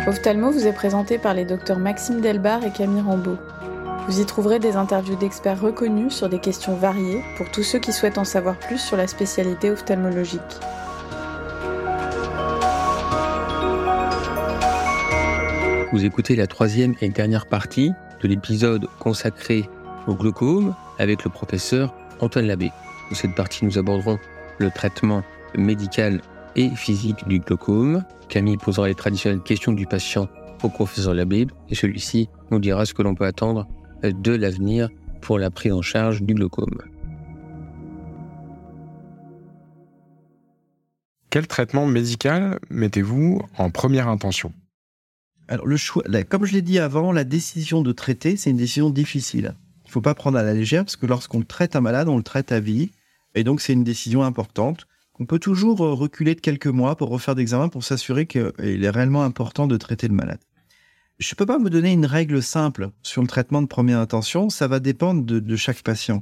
Ophthalmo vous est présenté par les docteurs Maxime Delbar et Camille Rambaud. Vous y trouverez des interviews d'experts reconnus sur des questions variées pour tous ceux qui souhaitent en savoir plus sur la spécialité ophtalmologique. Vous écoutez la troisième et dernière partie de l'épisode consacré au glaucome avec le professeur Antoine Labbé. Dans cette partie, nous aborderons le traitement médical et physique du glaucome. Camille posera les traditionnelles questions du patient au professeur Labbé et celui-ci nous dira ce que l'on peut attendre de l'avenir pour la prise en charge du glaucome. Quel traitement médical mettez-vous en première intention ? Alors, le choix, comme je l'ai dit avant, la décision de traiter, c'est une décision difficile. Il ne faut pas prendre à la légère parce que lorsqu'on traite un malade, on le traite à vie. Et donc, c'est une décision importante qu'on peut toujours reculer de quelques mois pour refaire d'examen pour s'assurer qu'il est réellement important de traiter le malade. Je ne peux pas vous donner une règle simple sur le traitement de première intention. Ça va dépendre de chaque patient.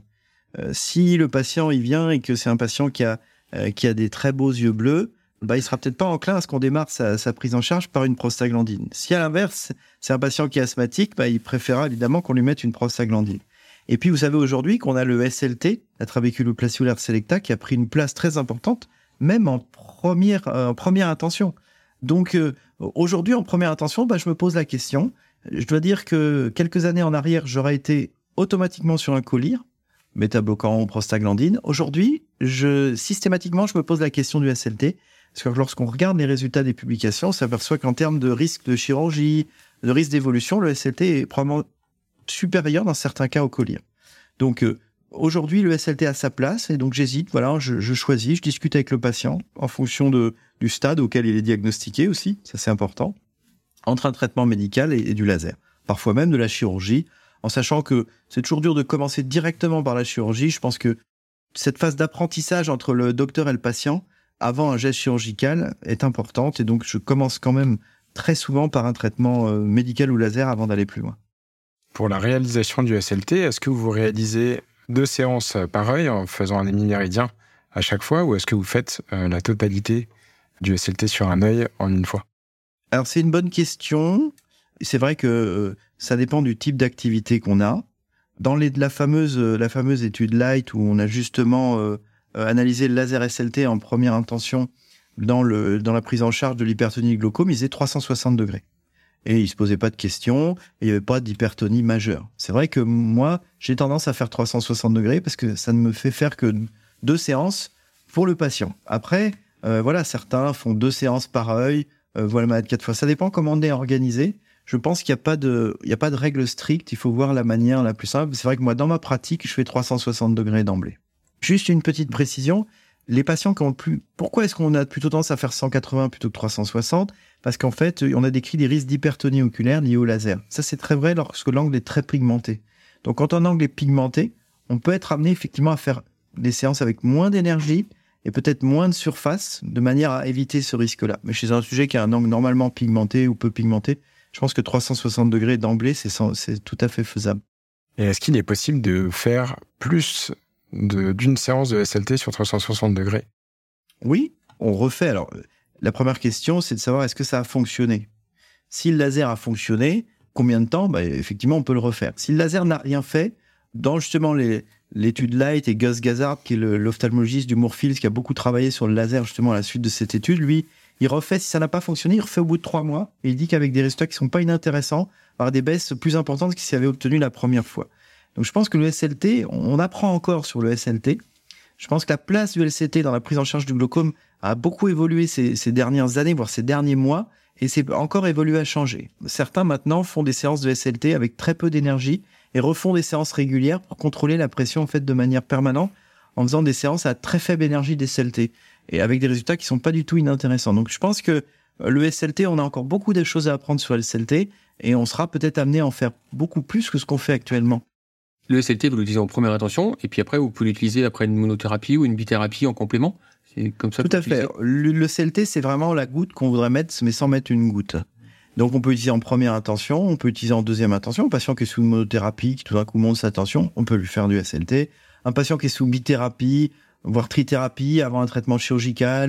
Si le patient il vient et que c'est un patient qui a des très beaux yeux bleus, il sera peut-être pas enclin à ce qu'on démarre sa prise en charge par une prostaglandine. Si à l'inverse, c'est un patient qui est asthmatique, il préférera évidemment qu'on lui mette une prostaglandine. Et puis vous savez aujourd'hui qu'on a le SLT, la trabéculoplastie oulaire selecta, qui a pris une place très importante, même en première intention. Donc aujourd'hui, en première intention, je me pose la question. Je dois dire que quelques années en arrière, j'aurais été automatiquement sur un colir, bêta-bloquant ou prostaglandine. Aujourd'hui, systématiquement, je me pose la question du SLT. Parce que lorsqu'on regarde les résultats des publications, on s'aperçoit qu'en termes de risque de chirurgie, de risque d'évolution, le SLT est probablement supérieur dans certains cas au colir. Donc aujourd'hui, le SLT a sa place et donc j'hésite. Voilà, je choisis, je discute avec le patient en fonction du stade auquel il est diagnostiqué aussi, ça c'est important, entre un traitement médical et du laser. Parfois même de la chirurgie, en sachant que c'est toujours dur de commencer directement par la chirurgie. Je pense que cette phase d'apprentissage entre le docteur et le patient avant un geste chirurgical est importante et donc je commence quand même très souvent par un traitement médical ou laser avant d'aller plus loin. Pour la réalisation du SLT, est-ce que vous réalisez 2 séances par œil en faisant un hémiméridien à chaque fois ou est-ce que vous faites la totalité du SLT sur un œil en une fois ? Alors c'est une bonne question. C'est vrai que ça dépend du type d'activité qu'on a. Dans la fameuse étude Light où on a justement analysé le laser SLT en première intention dans la prise en charge de l'hypertonie du glaucome, il faisait 360 degrés. Et il se posait pas de questions, et il n'y avait pas d'hypertonie majeure. C'est vrai que moi, j'ai tendance à faire 360 degrés parce que ça ne me fait faire que 2 séances pour le patient. Après, certains font 2 séances par œil, voient le malade 4 fois. Ça dépend comment on est organisé. Je pense qu'il n'y a pas de règle stricte, il faut voir la manière la plus simple. C'est vrai que moi, dans ma pratique, je fais 360 degrés d'emblée. Juste une petite précision, les patients qui ont pourquoi est-ce qu'on a plutôt tendance à faire 180 plutôt que 360 ? Parce qu'en fait, on a décrit des risques d'hypertonie oculaire liés au laser. Ça, c'est très vrai lorsque l'angle est très pigmenté. Donc, quand un angle est pigmenté, on peut être amené effectivement à faire des séances avec moins d'énergie et peut-être moins de surface, de manière à éviter ce risque-là. Mais chez un sujet qui a un angle normalement pigmenté ou peu pigmenté, je pense que 360 degrés d'emblée, c'est tout à fait faisable. Et est-ce qu'il est possible de faire plus d'une séance de SLT sur 360 degrés ? Oui, on refait. Alors, la première question, c'est de savoir est-ce que ça a fonctionné. Si le laser a fonctionné, combien de temps ? Effectivement, on peut le refaire. Si le laser n'a rien fait, dans justement l'étude Light et Gus Gazard, qui est l'ophtalmologiste du Moorfields, qui a beaucoup travaillé sur le laser justement à la suite de cette étude, lui, il refait, si ça n'a pas fonctionné, il refait au bout de 3 mois. Et il dit qu'avec des résultats qui ne sont pas inintéressants, avoir des baisses plus importantes que s'il avait obtenu la première fois. Donc je pense que le SLT, on apprend encore sur le SLT. Je pense que la place du SLT dans la prise en charge du glaucome a beaucoup évolué ces dernières années, voire ces derniers mois, et c'est encore évolué à changer. Certains maintenant font des séances de SLT avec très peu d'énergie et refont des séances régulières pour contrôler la pression en fait de manière permanente en faisant des séances à très faible énergie d'SLT et avec des résultats qui sont pas du tout inintéressants. Donc je pense que le SLT, on a encore beaucoup de choses à apprendre sur le SLT et on sera peut-être amené à en faire beaucoup plus que ce qu'on fait actuellement. Le SLT, vous l'utilisez en première intention, et puis après, vous pouvez l'utiliser après une monothérapie ou une bithérapie en complément. C'est comme ça. Tout à fait. Le SLT, c'est vraiment la goutte qu'on voudrait mettre, mais sans mettre une goutte. Donc, on peut utiliser en première intention, on peut utiliser en deuxième intention. Un patient qui est sous une monothérapie, qui tout d'un coup monte sa tension, on peut lui faire du SLT. Un patient qui est sous bithérapie, voire trithérapie, avant un traitement chirurgical, ou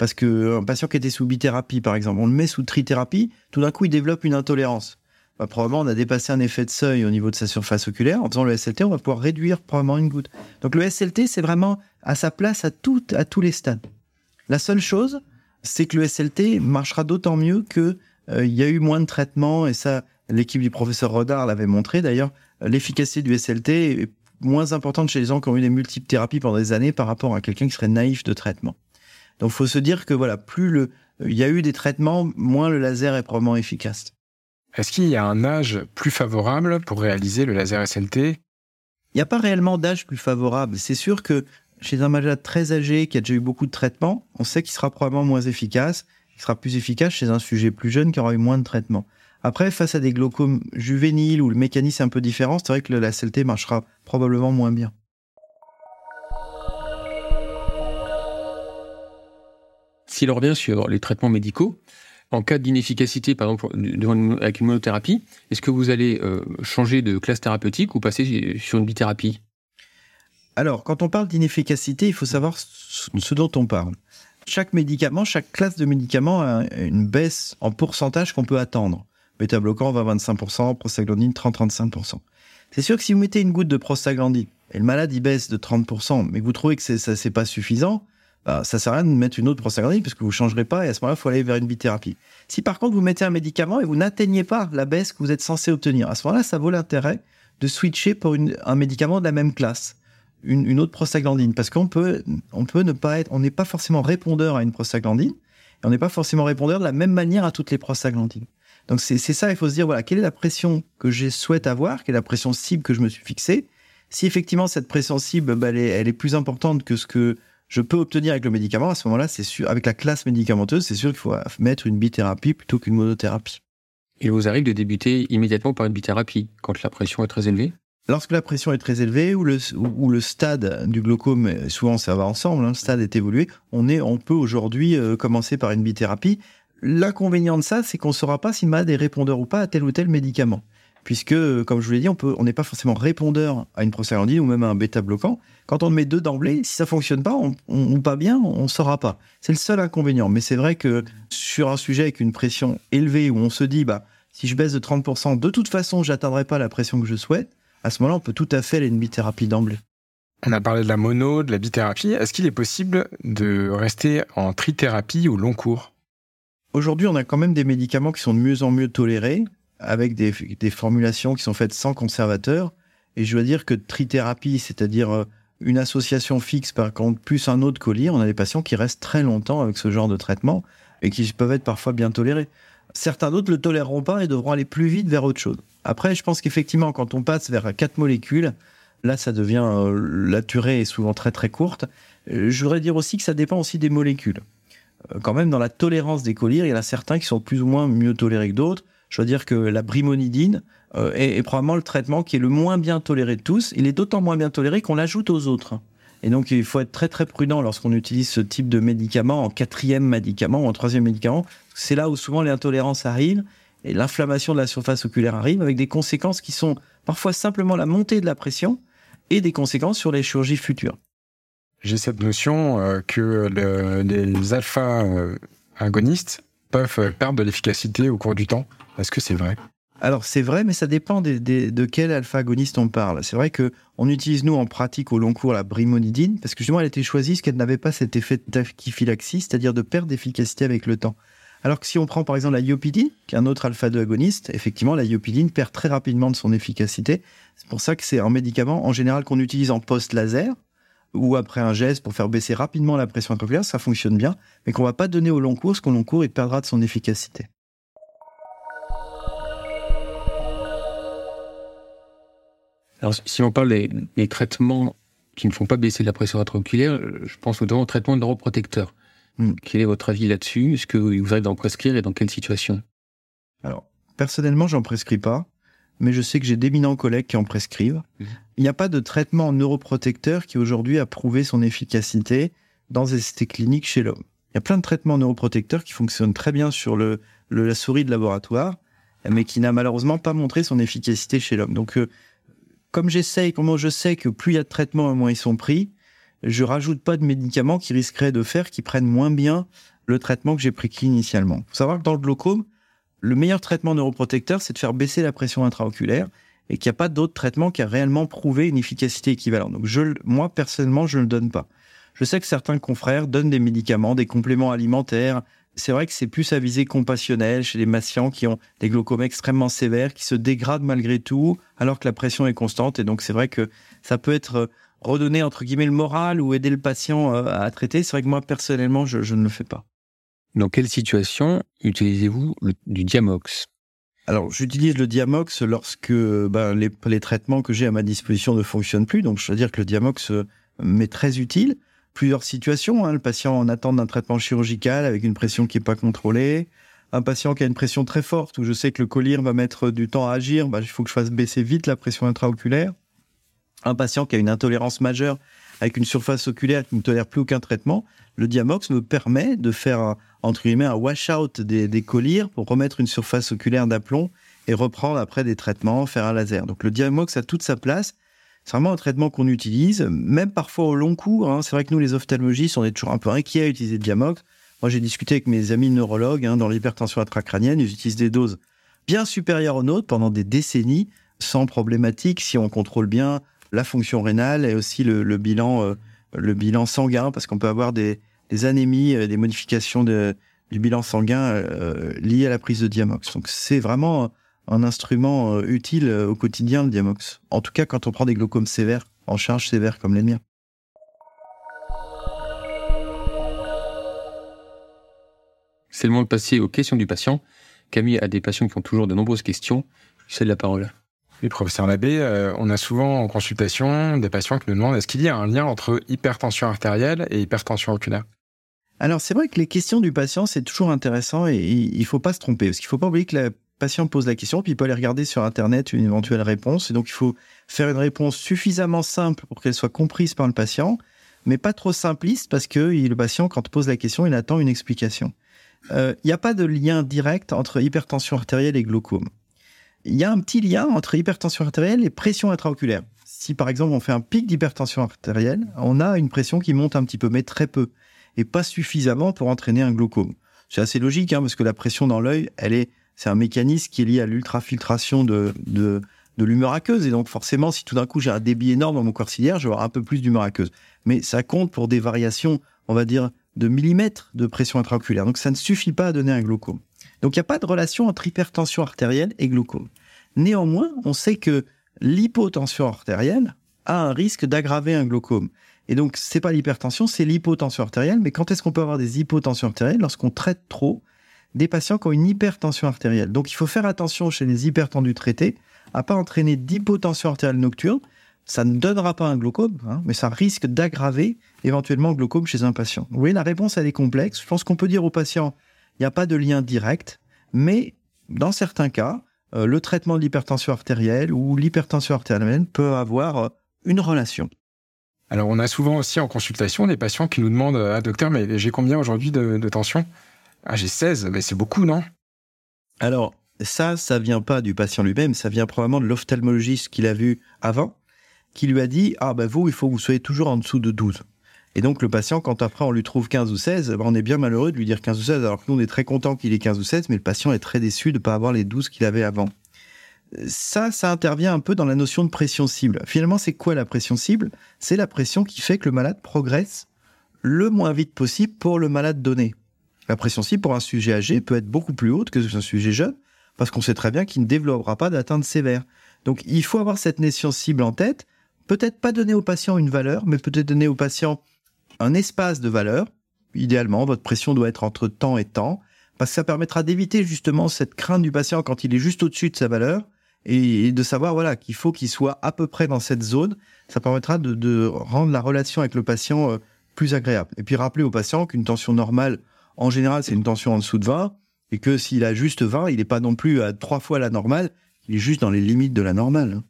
Parce qu'un patient qui était sous bithérapie, par exemple, on le met sous trithérapie, tout d'un coup, il développe une intolérance. Probablement, on a dépassé un effet de seuil au niveau de sa surface oculaire. En faisant le SLT, on va pouvoir réduire probablement une goutte. Donc le SLT, c'est vraiment à sa place à tous les stades. La seule chose, c'est que le SLT marchera d'autant mieux qu'il y a eu moins de traitements, et ça, l'équipe du professeur Rodard l'avait montré. D'ailleurs, l'efficacité du SLT est moins importante chez les gens qui ont eu des multiples thérapies pendant des années par rapport à quelqu'un qui serait naïf de traitement. Donc il faut se dire que voilà, plus il y a eu des traitements, moins le laser est probablement efficace. Est-ce qu'il y a un âge plus favorable pour réaliser le laser SLT ? Il n'y a pas réellement d'âge plus favorable. C'est sûr que chez un malade très âgé qui a déjà eu beaucoup de traitements, on sait qu'il sera probablement moins efficace. Il sera plus efficace chez un sujet plus jeune qui aura eu moins de traitements. Après, face à des glaucomes juvéniles où le mécanisme est un peu différent, c'est vrai que la SLT marchera probablement moins bien. Si l'on revient sur les traitements médicaux, en cas d'inefficacité, par exemple, avec une monothérapie, est-ce que vous allez changer de classe thérapeutique ou passer sur une bithérapie ? Alors, quand on parle d'inefficacité, il faut savoir ce dont on parle. Chaque médicament, chaque classe de médicaments a une baisse en pourcentage qu'on peut attendre. Bêta-bloquant va 25%, prostaglandine 30-35%. C'est sûr que si vous mettez une goutte de prostaglandine et le malade il baisse de 30%, mais que vous trouvez que c'est pas suffisant, ça sert à rien de mettre une autre prostaglandine parce que vous changerez pas et à ce moment-là, il faut aller vers une bithérapie. Si par contre vous mettez un médicament et vous n'atteignez pas la baisse que vous êtes censé obtenir, à ce moment-là, ça vaut l'intérêt de switcher pour un médicament de la même classe, une autre prostaglandine, parce qu'on peut ne pas être, on n'est pas forcément répondeur à une prostaglandine et on n'est pas forcément répondeur de la même manière à toutes les prostaglandines. Donc c'est ça, il faut se dire voilà, quelle est la pression que je souhaite avoir, quelle est la pression cible que je me suis fixée. Si effectivement cette pression cible, elle est plus importante que ce que je peux obtenir avec le médicament, à ce moment-là, c'est sûr, avec la classe médicamenteuse, c'est sûr qu'il faut mettre une bithérapie plutôt qu'une monothérapie. Il vous arrive de débuter immédiatement par une bithérapie quand la pression est très élevée ? Lorsque la pression est très élevée ou le stade du glaucome, souvent ça va ensemble, le stade est évolué, on peut aujourd'hui commencer par une bithérapie. L'inconvénient de ça, c'est qu'on ne saura pas si le malade est répondeur ou pas à tel ou tel médicament. Puisque, comme je vous l'ai dit, on n'est pas forcément répondeur à une prostaglandine ou même à un bêta-bloquant. Quand on met deux d'emblée, si ça ne fonctionne pas ou pas bien, on ne saura pas. C'est le seul inconvénient. Mais c'est vrai que sur un sujet avec une pression élevée où on se dit, si je baisse de 30%, de toute façon, je n'atteindrai pas la pression que je souhaite, à ce moment-là, on peut tout à fait aller une bithérapie d'emblée. On a parlé de la mono, de la bithérapie. Est-ce qu'il est possible de rester en trithérapie ou long cours ? Aujourd'hui, on a quand même des médicaments qui sont de mieux en mieux tolérés, avec des formulations qui sont faites sans conservateur. Et je dois dire que trithérapie, c'est-à-dire une association fixe par contre plus un autre collier, on a des patients qui restent très longtemps avec ce genre de traitement et qui peuvent être parfois bien tolérés. Certains d'autres ne le toléreront pas et devront aller plus vite vers autre chose. Après, je pense qu'effectivement, quand on passe vers 4 molécules, là, ça devient... la durée est souvent très très courte. Je voudrais dire aussi que ça dépend aussi des molécules. Quand même, dans la tolérance des collyres, il y en a certains qui sont plus ou moins mieux tolérés que d'autres. Je dois dire que la brimonidine est probablement le traitement qui est le moins bien toléré de tous. Il est d'autant moins bien toléré qu'on l'ajoute aux autres. Et donc, il faut être très très prudent lorsqu'on utilise ce type de médicament en 4e médicament ou en 3e médicament. C'est là où souvent les intolérances arrivent et l'inflammation de la surface oculaire arrive avec des conséquences qui sont parfois simplement la montée de la pression et des conséquences sur les chirurgies futures. J'ai cette notion que les alpha-agonistes peuvent perdre de l'efficacité au cours du temps. Est-ce que c'est vrai ? Alors c'est vrai, mais ça dépend de quel alpha-agoniste on parle. C'est vrai qu'on utilise nous en pratique au long cours la brimonidine parce que justement elle a été choisie parce qu'elle n'avait pas cet effet de tachyphylaxie, c'est-à-dire de perte d'efficacité avec le temps. Alors que si on prend par exemple la iopidine, qui est un autre alpha-2 agoniste, effectivement la iopidine perd très rapidement de son efficacité. C'est pour ça que c'est un médicament en général qu'on utilise en post-laser ou après un geste pour faire baisser rapidement la pression intraoculaire, ça fonctionne bien, mais qu'on ne va pas donner au long cours, parce qu'au long cours il perdra de son efficacité. Alors, si on parle des traitements qui ne font pas baisser la pression intraoculaire, je pense notamment au traitement de neuroprotecteur. Quel est votre avis là-dessus ? Est-ce que vous arrivez d'en prescrire et dans quelle situation ? Alors, personnellement, j'en prescris pas, mais je sais que j'ai d'éminents collègues qui en prescrivent. Il n'y a pas de traitement neuroprotecteur qui aujourd'hui a prouvé son efficacité dans des essais cliniques chez l'homme. Il y a plein de traitements neuroprotecteurs qui fonctionnent très bien sur la souris de laboratoire, mais qui n'a malheureusement pas montré son efficacité chez l'homme. Donc, comme je sais que plus il y a de traitements, moins ils sont pris, je rajoute pas de médicaments qui risqueraient de faire qu'ils prennent moins bien le traitement que j'ai prescrit initialement. Il faut savoir que dans le glaucome, le meilleur traitement neuroprotecteur, c'est de faire baisser la pression intraoculaire et qu'il n'y a pas d'autre traitement qui a réellement prouvé une efficacité équivalente. Donc moi, personnellement, je ne le donne pas. Je sais que certains confrères donnent des médicaments, des compléments alimentaires. C'est vrai que c'est plus à visée compassionnelle chez les patients qui ont des glaucomes extrêmement sévères, qui se dégradent malgré tout, alors que la pression est constante. Et donc, c'est vrai que ça peut être redonner, entre guillemets, le moral ou aider le patient à traiter. C'est vrai que moi, personnellement, je ne le fais pas. Dans quelle situation utilisez-vous du Diamox ? Alors, j'utilise le Diamox lorsque les traitements que j'ai à ma disposition ne fonctionnent plus. Donc, je veux dire que le Diamox m'est très utile. Plusieurs situations, le patient en attente d'un traitement chirurgical avec une pression qui n'est pas contrôlée. Un patient qui a une pression très forte où je sais que le collier va mettre du temps à agir, il faut que je fasse baisser vite la pression intraoculaire. Un patient qui a une intolérance majeure avec une surface oculaire qui ne tolère plus aucun traitement. Le Diamox me permet de faire entre guillemets un wash-out des colliers pour remettre une surface oculaire d'aplomb et reprendre après des traitements, faire un laser. Donc le Diamox a toute sa place. C'est vraiment un traitement qu'on utilise, même parfois au long cours. C'est vrai que nous, les ophtalmologistes, on est toujours un peu inquiets à utiliser le Diamox. Moi, j'ai discuté avec mes amis neurologues dans l'hypertension intracrânienne. Ils utilisent des doses bien supérieures aux nôtres pendant des décennies, sans problématique, si on contrôle bien la fonction rénale et aussi le bilan sanguin, parce qu'on peut avoir des anémies, des modifications du bilan sanguin liées à la prise de Diamox. Donc, c'est vraiment un instrument utile au quotidien, le Diamox. En tout cas, quand on prend des glaucomes sévères, en charge sévère comme les miens. C'est le moment de passer aux questions du patient. Camille a des patients qui ont toujours de nombreuses questions. Je cède la parole. Oui, professeur Labbé, on a souvent en consultation des patients qui nous demandent est-ce qu'il y a un lien entre hypertension artérielle et hypertension oculaire ? Alors, c'est vrai que les questions du patient, c'est toujours intéressant et il ne faut pas se tromper. Parce qu'il ne faut pas oublier que le patient pose la question, puis il peut aller regarder sur Internet une éventuelle réponse. Et donc, il faut faire une réponse suffisamment simple pour qu'elle soit comprise par le patient, mais pas trop simpliste parce que le patient, quand il pose la question, il attend une explication. Il n'y a pas de lien direct entre hypertension artérielle et glaucome. Il y a un petit lien entre hypertension artérielle et pression intraoculaire. Si, par exemple, on fait un pic d'hypertension artérielle, on a une pression qui monte un petit peu, mais très peu, et pas suffisamment pour entraîner un glaucome. C'est assez logique, parce que la pression dans l'œil, c'est un mécanisme qui est lié à l'ultrafiltration de l'humeur aqueuse. Et donc, forcément, si tout d'un coup, j'ai un débit énorme dans mon corps ciliaire, je vais avoir un peu plus d'humeur aqueuse. Mais ça compte pour des variations, on va dire, de millimètres de pression intraoculaire. Donc, ça ne suffit pas à donner un glaucome. Donc, il n'y a pas de relation entre hypertension artérielle et glaucome. Néanmoins, on sait que l'hypotension artérielle a un risque d'aggraver un glaucome. Et donc, c'est pas l'hypertension, c'est l'hypotension artérielle. Mais quand est-ce qu'on peut avoir des hypotensions artérielles ? Lorsqu'on traite trop des patients qui ont une hypertension artérielle. Donc, il faut faire attention chez les hypertendus traités à pas entraîner d'hypotension artérielle nocturne. Ça ne donnera pas un glaucome, mais ça risque d'aggraver éventuellement le glaucome chez un patient. Vous voyez, la réponse, elle est complexe. Je pense qu'on peut dire aux patients, il n'y a pas de lien direct, mais dans certains cas, le traitement de l'hypertension artérielle ou l'hypertension artérielle peut avoir une relation. Alors, on a souvent aussi en consultation des patients qui nous demandent « Ah, docteur, mais j'ai combien aujourd'hui de tension ?»« Ah, j'ai 16, mais c'est beaucoup, non ?» Alors, ça vient pas du patient lui-même, ça vient probablement de l'ophtalmologiste qu'il a vu avant, qui lui a dit « Ah, vous, il faut que vous soyez toujours en dessous de 12. » Et donc, le patient, quand après on lui trouve 15 ou 16, on est bien malheureux de lui dire 15 ou 16, alors que nous, on est très content qu'il ait 15 ou 16, mais le patient est très déçu de ne pas avoir les 12 qu'il avait avant. Ça intervient un peu dans la notion de pression cible. Finalement, c'est quoi la pression cible ? C'est la pression qui fait que le malade progresse le moins vite possible pour le malade donné. La pression cible pour un sujet âgé peut être beaucoup plus haute que un sujet jeune, parce qu'on sait très bien qu'il ne développera pas d'atteinte sévère. Donc, il faut avoir cette notion cible en tête, peut-être pas donner au patient une valeur, mais peut-être donner au patient un espace de valeur. Idéalement, votre pression doit être entre temps et temps, parce que ça permettra d'éviter justement cette crainte du patient quand il est juste au-dessus de sa valeur, et de savoir qu'il faut qu'il soit à peu près dans cette zone. Ça permettra de rendre la relation avec le patient plus agréable. Et puis rappeler au patient qu'une tension normale, en général, c'est une tension en dessous de 20, et que s'il a juste 20, il n'est pas non plus à 3 fois la normale, il est juste dans les limites de la normale.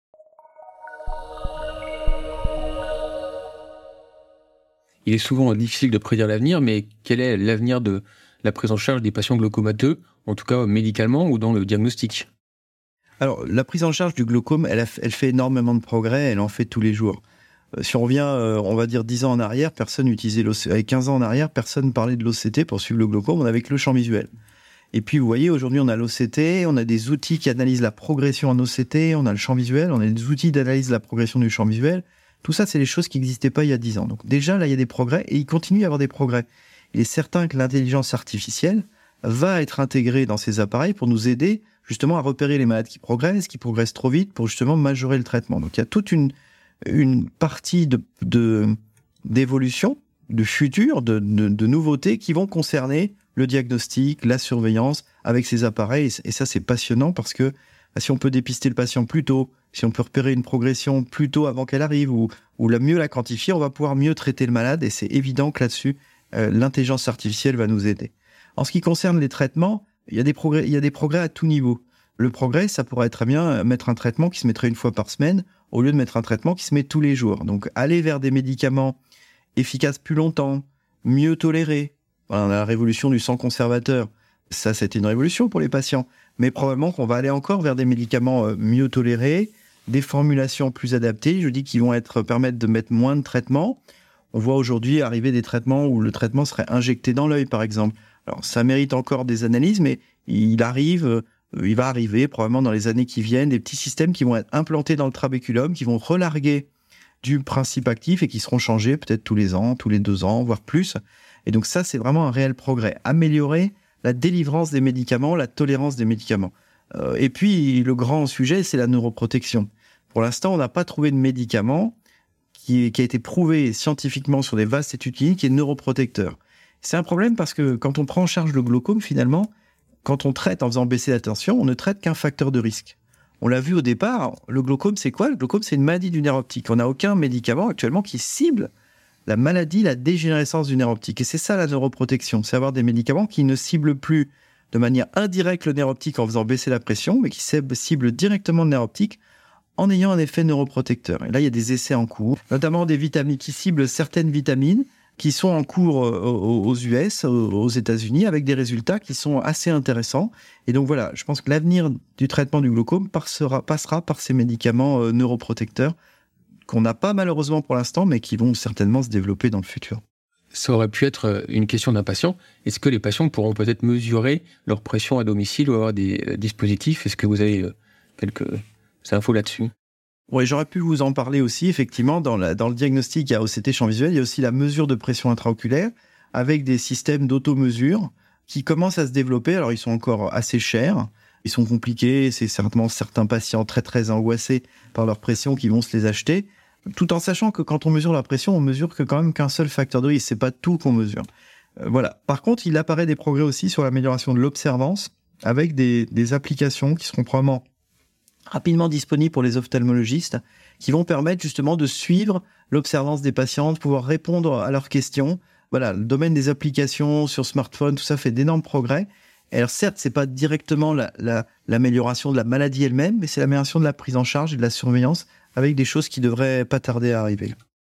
Il est souvent difficile de prédire l'avenir, mais quel est l'avenir de la prise en charge des patients glaucomateux, en tout cas médicalement ou dans le diagnostic ? Alors, la prise en charge du glaucome, elle fait énormément de progrès, elle en fait tous les jours. Si on revient, on va dire 10 ans en arrière, personne utilisait l'OCT. Avec 15 ans en arrière, personne parlait de l'OCT pour suivre le glaucome, on avait que le champ visuel. Et puis, vous voyez, aujourd'hui, on a l'OCT, on a des outils qui analysent la progression en OCT, on a le champ visuel, on a des outils d'analyse de la progression du champ visuel. Tout ça, c'est des choses qui n'existaient pas il y a 10 ans. Donc déjà, là, il y a des progrès et il continue à y avoir des progrès. Il est certain que l'intelligence artificielle va être intégrée dans ces appareils pour nous aider justement à repérer les malades qui progressent trop vite pour justement majorer le traitement. Donc il y a toute une partie d'évolution, de futur, de nouveautés qui vont concerner le diagnostic, la surveillance avec ces appareils. Et ça, c'est passionnant parce que si on peut dépister le patient plus tôt, si on peut repérer une progression plus tôt avant qu'elle arrive ou mieux la quantifier, on va pouvoir mieux traiter le malade. Et c'est évident que là-dessus, l'intelligence artificielle va nous aider. En ce qui concerne les traitements, il y a des progrès à tout niveau. Le progrès, ça pourrait très bien mettre un traitement qui se mettrait une fois par semaine au lieu de mettre un traitement qui se met tous les jours. Donc, aller vers des médicaments efficaces plus longtemps, mieux tolérés. Voilà, on a la révolution du sang conservateur. Ça, c'était une révolution pour les patients. Mais probablement qu'on va aller encore vers des médicaments mieux tolérés, des formulations plus adaptées, je dis, qui vont permettre de mettre moins de traitements. On voit aujourd'hui arriver des traitements où le traitement serait injecté dans l'œil, par exemple. Alors, ça mérite encore des analyses, mais il va arriver probablement dans les années qui viennent des petits systèmes qui vont être implantés dans le trabéculum, qui vont relarguer du principe actif et qui seront changés peut-être tous les ans, tous les 2 ans, voire plus. Et donc ça, c'est vraiment un réel progrès. Améliorer la délivrance des médicaments, la tolérance des médicaments. Et puis, le grand sujet, c'est la neuroprotection. Pour l'instant, on n'a pas trouvé de médicament qui a été prouvé scientifiquement sur des vastes études cliniques qui est neuroprotecteur. C'est un problème parce que quand on prend en charge le glaucome, finalement, quand on traite en faisant baisser la tension, on ne traite qu'un facteur de risque. On l'a vu au départ, le glaucome, c'est quoi ? Le glaucome, c'est une maladie du nerf optique. On n'a aucun médicament actuellement qui cible la maladie, la dégénérescence du nerf optique. Et c'est ça la neuroprotection, c'est avoir des médicaments qui ne ciblent plus de manière indirecte le nerf optique en faisant baisser la pression, mais qui ciblent directement le nerf optique en ayant un effet neuroprotecteur. Et là, il y a des essais en cours, notamment des vitamines qui ciblent certaines vitamines qui sont en cours aux US, aux États-Unis, avec des résultats qui sont assez intéressants. Et donc voilà, je pense que l'avenir du traitement du glaucome passera par ces médicaments neuroprotecteurs qu'on n'a pas malheureusement pour l'instant, mais qui vont certainement se développer dans le futur. Ça aurait pu être une question d'un patient. Est-ce que les patients pourront peut-être mesurer leur pression à domicile ou avoir des dispositifs ? Est-ce que vous avez quelques infos là-dessus ? Oui, j'aurais pu vous en parler aussi. Effectivement, dans le diagnostic à OCT champ visuel, il y a aussi la mesure de pression intraoculaire avec des systèmes d'automesure qui commencent à se développer. Alors, ils sont encore assez chers, ils sont compliqués. C'est certainement certains patients très, très angoissés par leur pression qui vont se les acheter, tout en sachant que quand on mesure la pression, on mesure quand même qu'un seul facteur de risque. C'est pas tout qu'on mesure. Voilà. Par contre, il apparaît des progrès aussi sur l'amélioration de l'observance avec des applications qui seront probablement rapidement disponibles pour les ophtalmologistes, qui vont permettre justement de suivre l'observance des patients, de pouvoir répondre à leurs questions. Voilà, le domaine des applications sur smartphone, tout ça fait d'énormes progrès. Et alors certes, c'est pas directement l'amélioration de la maladie elle-même, mais c'est l'amélioration de la prise en charge et de la surveillance avec des choses qui devraient pas tarder à arriver.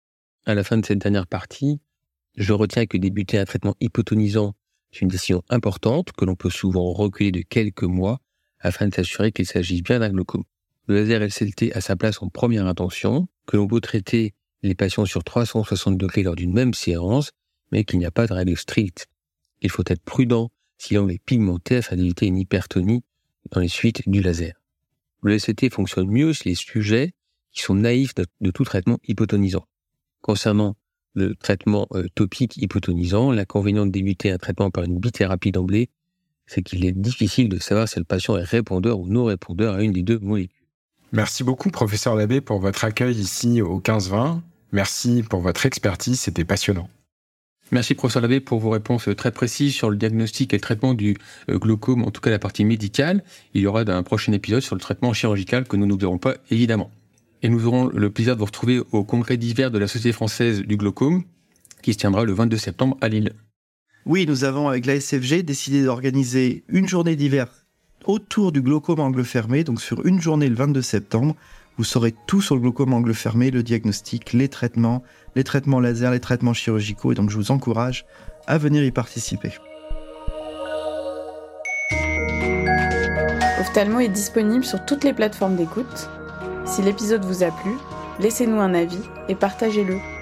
À la fin de cette dernière partie, je retiens que débuter un traitement hypotonisant est une décision importante que l'on peut souvent reculer de quelques mois afin de s'assurer qu'il s'agisse bien d'un glaucome. Le laser LCT a sa place en première intention, que l'on peut traiter les patients sur 360 degrés lors d'une même séance, mais qu'il n'y a pas de règle stricte. Il faut être prudent si l'angle est pigmenté afin d'éviter une hypertonie dans les suites du laser. Le LCT fonctionne mieux chez les sujets qui sont naïfs de tout traitement hypotonisant. Concernant le traitement topique hypotonisant, l'inconvénient de débuter un traitement par une bithérapie d'emblée, c'est qu'il est difficile de savoir si le patient est répondeur ou non répondeur à une des deux molécules. Merci beaucoup, professeur Labbé, pour votre accueil ici au 15-20. Merci pour votre expertise, c'était passionnant. Merci, professeur Labbé, pour vos réponses très précises sur le diagnostic et le traitement du glaucome, en tout cas la partie médicale. Il y aura un prochain épisode sur le traitement chirurgical que nous n'oublierons pas, évidemment. Et nous aurons le plaisir de vous retrouver au congrès d'hiver de la Société française du glaucome, qui se tiendra le 22 septembre à Lille. Oui, nous avons, avec la SFG, décidé d'organiser une journée d'hiver autour du glaucome angle fermé. Donc, sur une journée, le 22 septembre, vous saurez tout sur le glaucome angle fermé, le diagnostic, les traitements laser, les traitements chirurgicaux. Et donc, je vous encourage à venir y participer. Ophthalmo est disponible sur toutes les plateformes d'écoute. Si l'épisode vous a plu, laissez-nous un avis et partagez-le.